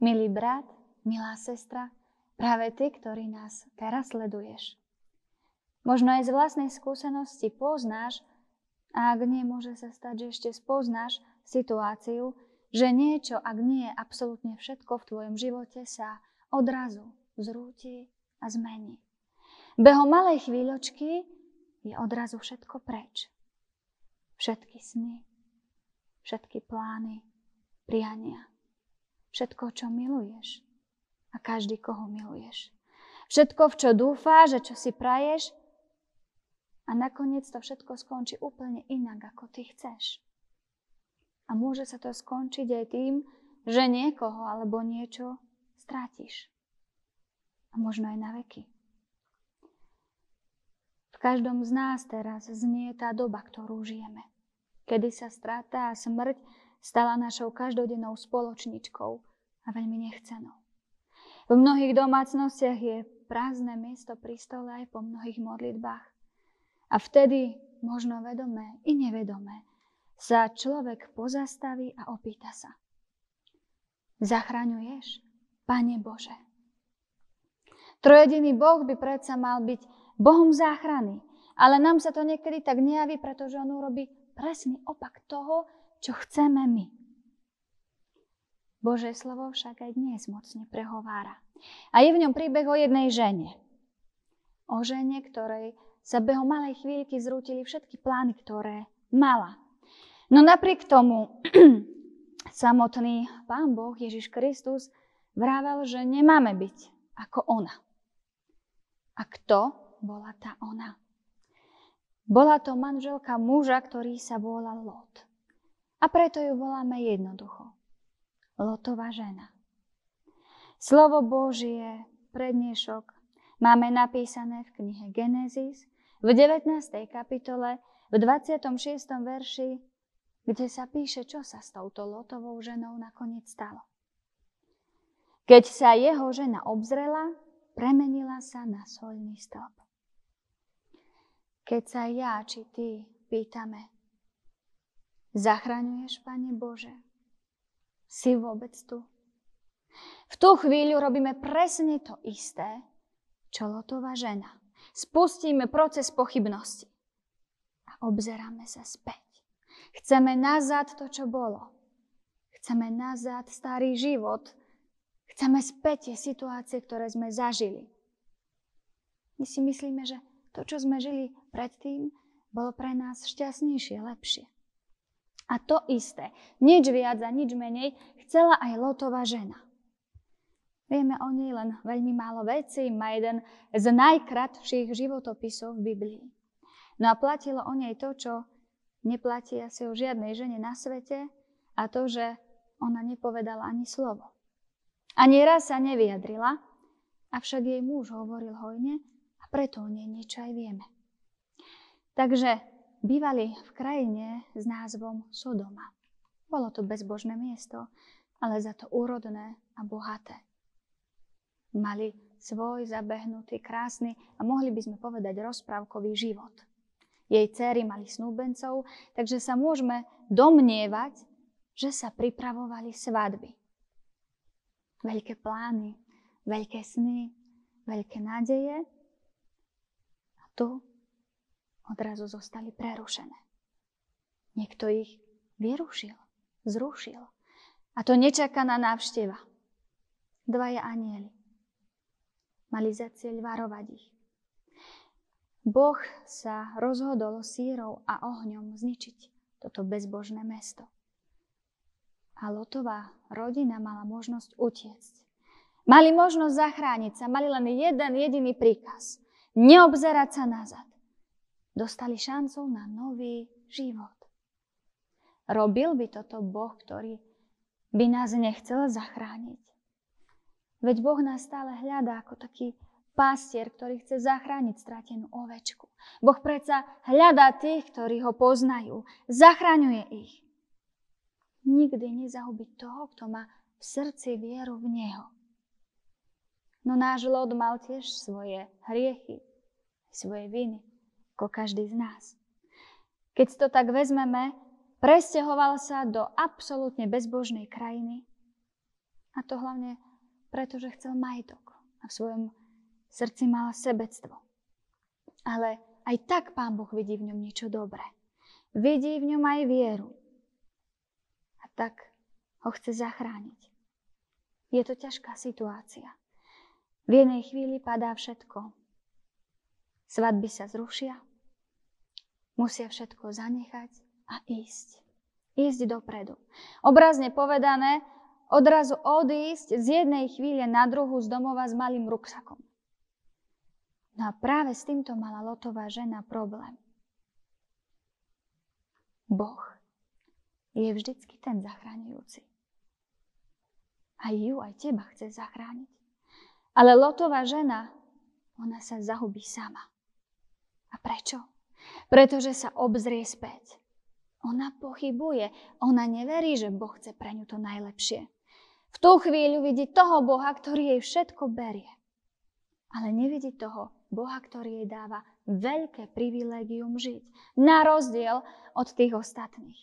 Milý brat, milá sestra, práve ty, ktorý nás teraz sleduješ. Možno aj z vlastnej skúsenosti poznáš, a ak nie, môže sa stať, že ešte spoznáš situáciu, že niečo, ak nie je absolútne všetko v tvojom živote, sa odrazu zrúti a zmení. Behom malej chvíľočky je odrazu všetko preč. Všetky sny, všetky plány, priania, všetko, čo miluješ a každý, koho miluješ. Všetko, v čo dúfáš a čo si praješ, a nakoniec to všetko skončí úplne inak, ako ty chceš. A môže sa to skončiť aj tým, že niekoho alebo niečo strátiš. A možno aj na veky. V každom z nás teraz znie tá doba, ktorú žijeme. Kedy sa strata a smrť stala našou každodennou spoločničkou a veľmi nechcenou. V mnohých domácnostiach je prázdne miesto pri stole aj po mnohých modlitbách. A vtedy, možno vedomé i nevedomé, sa človek pozastaví a opýta sa. Zachraňuješ, Pane Bože? Trojediný Boh by predsa mal byť Bohom záchrany, ale nám sa to niekedy tak nejaví, pretože on urobí presný opak toho, čo chceme my. Božie slovo však aj dnes mocne prehovára. A je v ňom príbeh o jednej žene. O žene, ktorej sa behom malej chvíľky zrútili všetky plány, ktoré mala. No napriek tomu samotný Pán Boh Ježiš Kristus vravel, že nemáme byť ako ona. A kto bola tá ona? Bola to manželka muža, ktorý sa volal Lot. A preto ju voláme jednoducho. Lotova žena. Slovo Božie pre dnešok máme napísané v knihe Genesis v 19. kapitole v 26. verši, kde sa píše, čo sa s touto Lotovou ženou nakoniec stalo. Keď sa jeho žena obzrela, premenila sa na soľný stĺp. Keď sa ja či ty pýtame, zachraňuješ, Pane Bože? Si vôbec tu? V tú chvíľu robíme presne to isté, čo Lotova žena. Spustíme proces pochybnosti a obzeráme sa späť. Chceme nazad to, čo bolo. Chceme nazad starý život. Chceme späť tie situácie, ktoré sme zažili. My si myslíme, že to, čo sme žili predtým, bolo pre nás šťastnejšie, lepšie. A to isté, nič viac a nič menej, chcela aj Lotova žena. Vieme o nej len veľmi málo vecí, má jeden z najkratších životopisov v Biblii. No a platilo o nej to, čo neplatí asi o žiadnej žene na svete, a to, že ona nepovedala ani slovo. Ani raz sa nevyjadrila, avšak jej muž hovoril hojne a preto o nej niečo aj vieme. Takže bývali v krajine s názvom Sodoma. Bolo to bezbožné miesto, ale za to úrodné a bohaté. Mali svoj zabehnutý, krásny a mohli by sme povedať rozprávkový život. Jej dcéry mali snúbencov, takže sa môžeme domnievať, že sa pripravovali svadby. Veľké plány, veľké sny, veľké nádeje a tu odrazu zostali prerušené. Niekto ich vyrušil, zrušil. A to nečakaná návšteva. Dvaja anjeli mali za cieľ varovať ich. Boh sa rozhodol sírou a ohňom zničiť toto bezbožné mesto. A Lotová rodina mala možnosť utiecť. Mali možnosť zachrániť sa, mali len jeden jediný príkaz. Neobzerať sa nazad. Dostali šancu na nový život. Robil by toto Boh, ktorý by nás nechcel zachrániť. Veď Boh nás stále hľadá ako taký pastier, ktorý chce zachrániť stratenú ovečku. Boh predsa hľadá tých, ktorí ho poznajú. Zachraňuje ich. Nikdy nezahubí toho, kto má v srdci vieru v Neho. No náš Lot mal tiež svoje hriechy, svoje viny, ako každý z nás. Keď to tak vezmeme, presťahoval sa do absolútne bezbožnej krajiny a A to hlavne preto, že chcel majetok a v svojom srdci mal sebectvo. Ale aj tak Pán Boh vidí v ňom niečo dobré. Vidí v ňom aj vieru. A tak ho chce zachrániť. Je to ťažká situácia. V jednej chvíli padá všetko. Svadby sa zrušia. Musia všetko zanechať a ísť. Ísť dopredu. Obrazne povedané, odrazu odísť z jednej chvíle na druhú z domova s malým ruksakom. No a práve s týmto mala Lotová žena problém. Boh je vždycky ten zachraňujúci. Aj ju, aj teba chce zachrániť. Ale Lotová žena, ona sa zahubí sama. A prečo? Pretože sa obzrie späť. Ona pochybuje. Ona neverí, že Boh chce pre ňu to najlepšie. V tú chvíľu vidí toho Boha, ktorý jej všetko berie. Ale nevidí toho Boha, ktorý jej dáva veľké privilégium žiť. Na rozdiel od tých ostatných.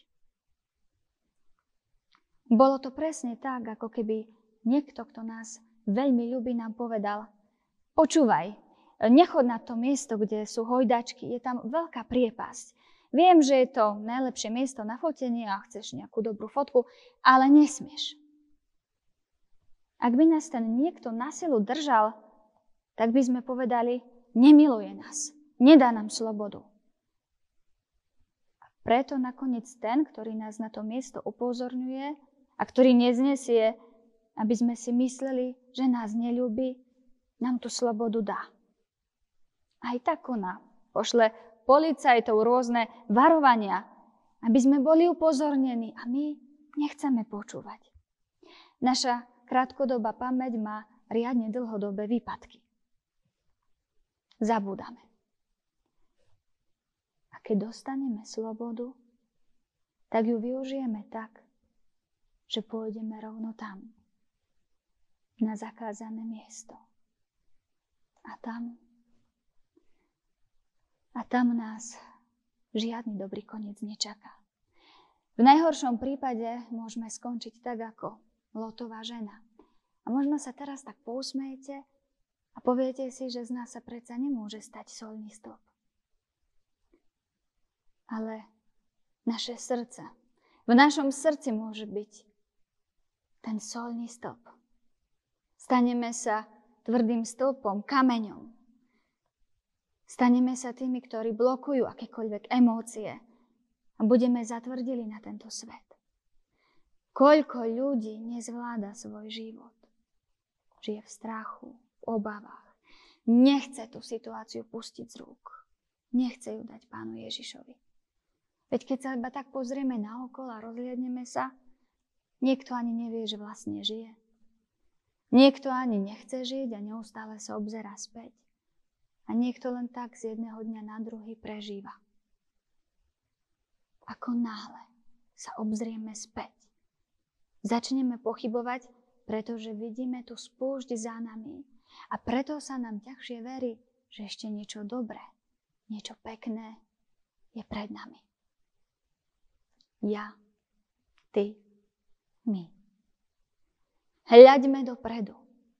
Bolo to presne tak, ako keby niekto, kto nás veľmi ľubí, nám povedal: počúvaj, nechod na to miesto, kde sú hojdačky, je tam veľká priepasť. Viem, že je to najlepšie miesto na fotenie a chceš nejakú dobrú fotku, ale nesmieš. Ak by nás ten niekto na silu držal, tak by sme povedali: nemiluje nás, nedá nám slobodu. A preto nakoniec ten, ktorý nás na to miesto upozorňuje a ktorý neznesie, aby sme si mysleli, že nás neľúbi, nám tú slobodu dá. Aj tak ona pošle policajtov rôzne varovania, aby sme boli upozornení a my nechceme počúvať. Naša krátkodobá pamäť má riadne dlhodobé výpadky. Zabúdame. A keď dostaneme slobodu, tak ju využijeme tak, že pôjdeme rovno tam, na zakázané miesto. A tam nás žiadny dobrý koniec nečaká. V najhoršom prípade môžeme skončiť tak ako Lotová žena. A možno sa teraz tak pousmejete a poviete si, že z nás sa predsa nemôže stať soľný stĺp. Ale naše srdce, v našom srdci môže byť ten soľný stĺp. Staneme sa tvrdým stĺpom, kameňom. Staneme sa tými, ktorí blokujú akékoľvek emócie a budeme zatvrdili na tento svet. Koľko ľudí nezvláda svoj život. Žije v strachu, v obavách. Nechce tú situáciu pustiť z rúk. Nechce ju dať Pánu Ježišovi. Veď keď sa iba tak pozrieme naokolo a rozhliadneme sa, niekto ani nevie, že vlastne žije. Niekto ani nechce žiť a neustále sa obzerá späť. A niekto len tak z jedného dňa na druhý prežíva. Ako náhle sa obzrieme späť, začneme pochybovať, pretože vidíme tú spúšť za nami a preto sa nám ťažšie verí, že ešte niečo dobré, niečo pekné je pred nami. Ja, ty, my. Hľaďme dopredu.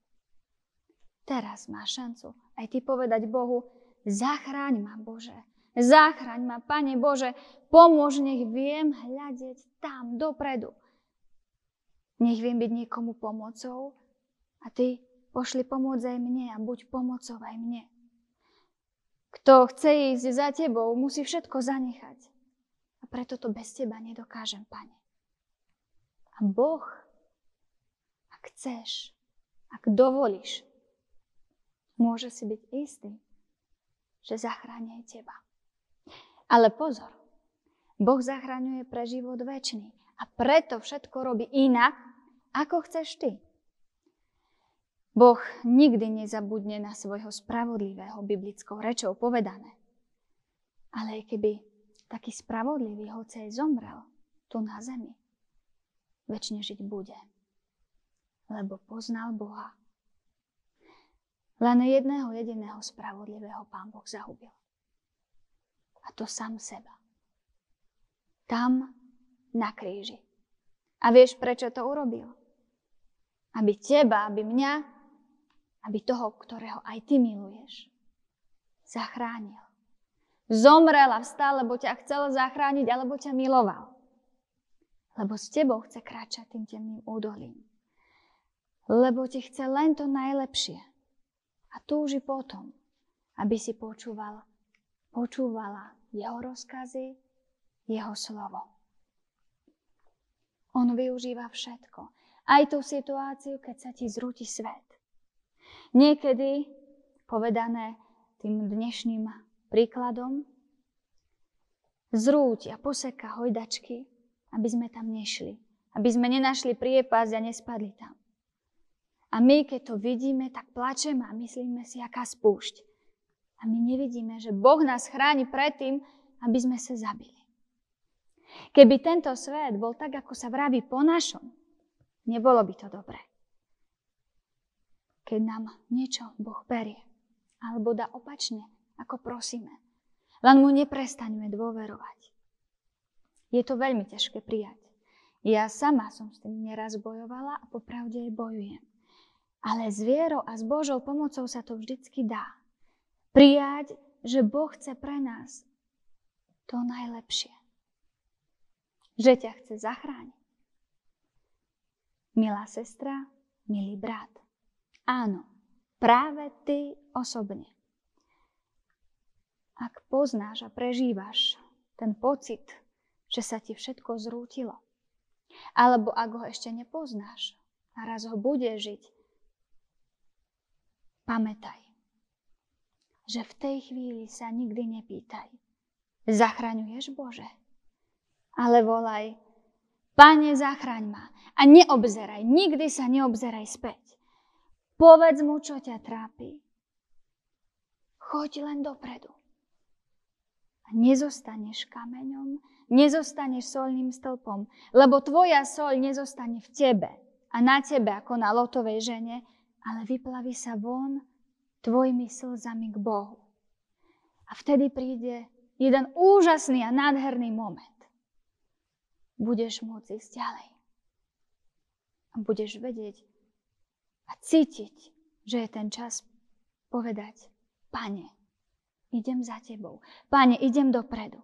Teraz máš šancu aj ty povedať Bohu: zachráň ma, Bože. Zachráň ma, Pane Bože. Pomôž, nech viem hľadieť tam dopredu. Nech viem byť niekomu pomocou a ty pošli pomôcť aj mne a buď pomocou aj mne. Kto chce ísť za tebou, musí všetko zanechať. A preto to bez teba nedokážem, Pane. A Boh, ak chceš, ak dovolíš, môže si byť istý, že zachráni aj teba. Ale pozor, Boh zachraňuje pre život večný a preto všetko robí inak, ako chceš ty. Boh nikdy nezabudne na svojho spravodlivého, biblickou rečou povedané. Ale keby taký spravodlivý hocej zomrel tu na zemi, večne žiť bude, lebo poznal Boha. Len jedného jediného spravodlivého Pán Boh zahubil. A to sám seba. Tam na kríži. A vieš, prečo to urobil? aby teba, aby mňa, aby toho, ktorého aj ty miluješ, zachránil. Zomrel a vstal, lebo ťa chcel zachrániť, alebo ťa miloval. Lebo s tebou chce kráčať tým temným údolím. Lebo ti chce len to najlepšie. A túži potom, aby si počúvala jeho rozkazy, jeho slovo. On využíva všetko. Aj tú situáciu, keď sa ti zrúti svet. Niekedy, povedané tým dnešným príkladom, zrúť a poseka hojdačky, aby sme tam nešli. Aby sme nenašli priepasť a nespadli tam. A my, keď to vidíme, tak plačeme a myslíme si, aká spúšť. A my nevidíme, že Boh nás chráni pred tým, aby sme sa zabili. Keby tento svet bol tak, ako sa vraví po našom, nebolo by to dobré. Keď nám niečo Boh berie, alebo dá opačne, ako prosíme, len mu neprestaňme dôverovať. Je to veľmi ťažké prijať. Ja sama som s tým neraz bojovala a popravde bojujem. Ale s vierou a s Božou pomocou sa to vždycky dá. Prijať, že Boh chce pre nás to najlepšie. Že ťa chce zachrániť. Milá sestra, milý brat. Áno, práve ty osobne. Ak poznáš a prežívaš ten pocit, že sa ti všetko zrútilo, alebo ak ho ešte nepoznáš a raz ho budeš žiť, pamätaj, že v tej chvíli sa nikdy nepýtaj. Zachraňuješ, Bože? Ale volaj, Pane, zachraň ma. A neobzeraj, nikdy sa neobzeraj späť. Povedz mu, čo ťa trápi. Choď len dopredu. A nezostaneš kameňom, nezostaneš soľným stĺpom, lebo tvoja soľ nezostane v tebe a na tebe ako na Lotovej žene, ale vyplaví sa von tvojimi slzami k Bohu. A vtedy príde jeden úžasný a nádherný moment. Budeš môcť ísť ďalej. A budeš vedieť a cítiť, že je ten čas povedať, Pane, idem za tebou. Pane, idem dopredu.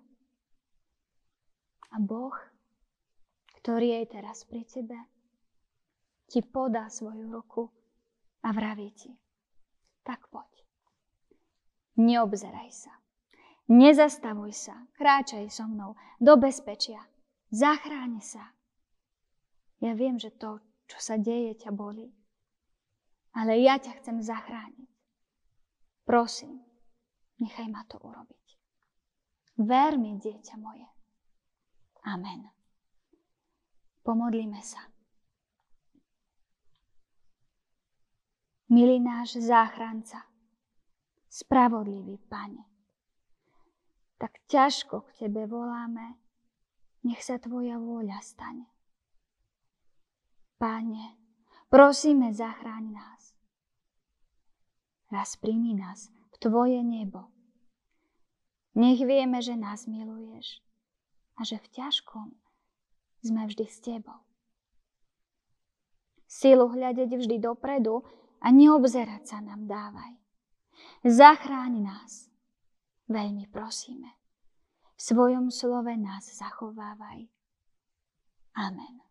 A Boh, ktorý je teraz pri tebe, ti podá svoju ruku a vraví ti, tak poď. Neobzeraj sa. Nezastavuj sa. Kráčaj so mnou do bezpečia. Zachráň sa. Ja viem, že to, čo sa deje, ťa bolí. Ale ja ťa chcem zachrániť. Prosím, nechaj ma to urobiť. Ver mi, dieťa moje. Amen. Pomodlíme sa. Milý náš záchranca, spravodlivý Pane, tak ťažko k Tebe voláme, nech sa Tvoja vôľa stane. Pane, prosíme, zachráň nás. Raz príjmi nás v Tvoje nebo. Nech vieme, že nás miluješ a že v ťažkom sme vždy s Tebou. Silu hľadieť vždy dopredu a neobzerať sa nám dávaj. Zachráň nás, veľmi prosíme. V svojom slove nás zachovávaj. Amen.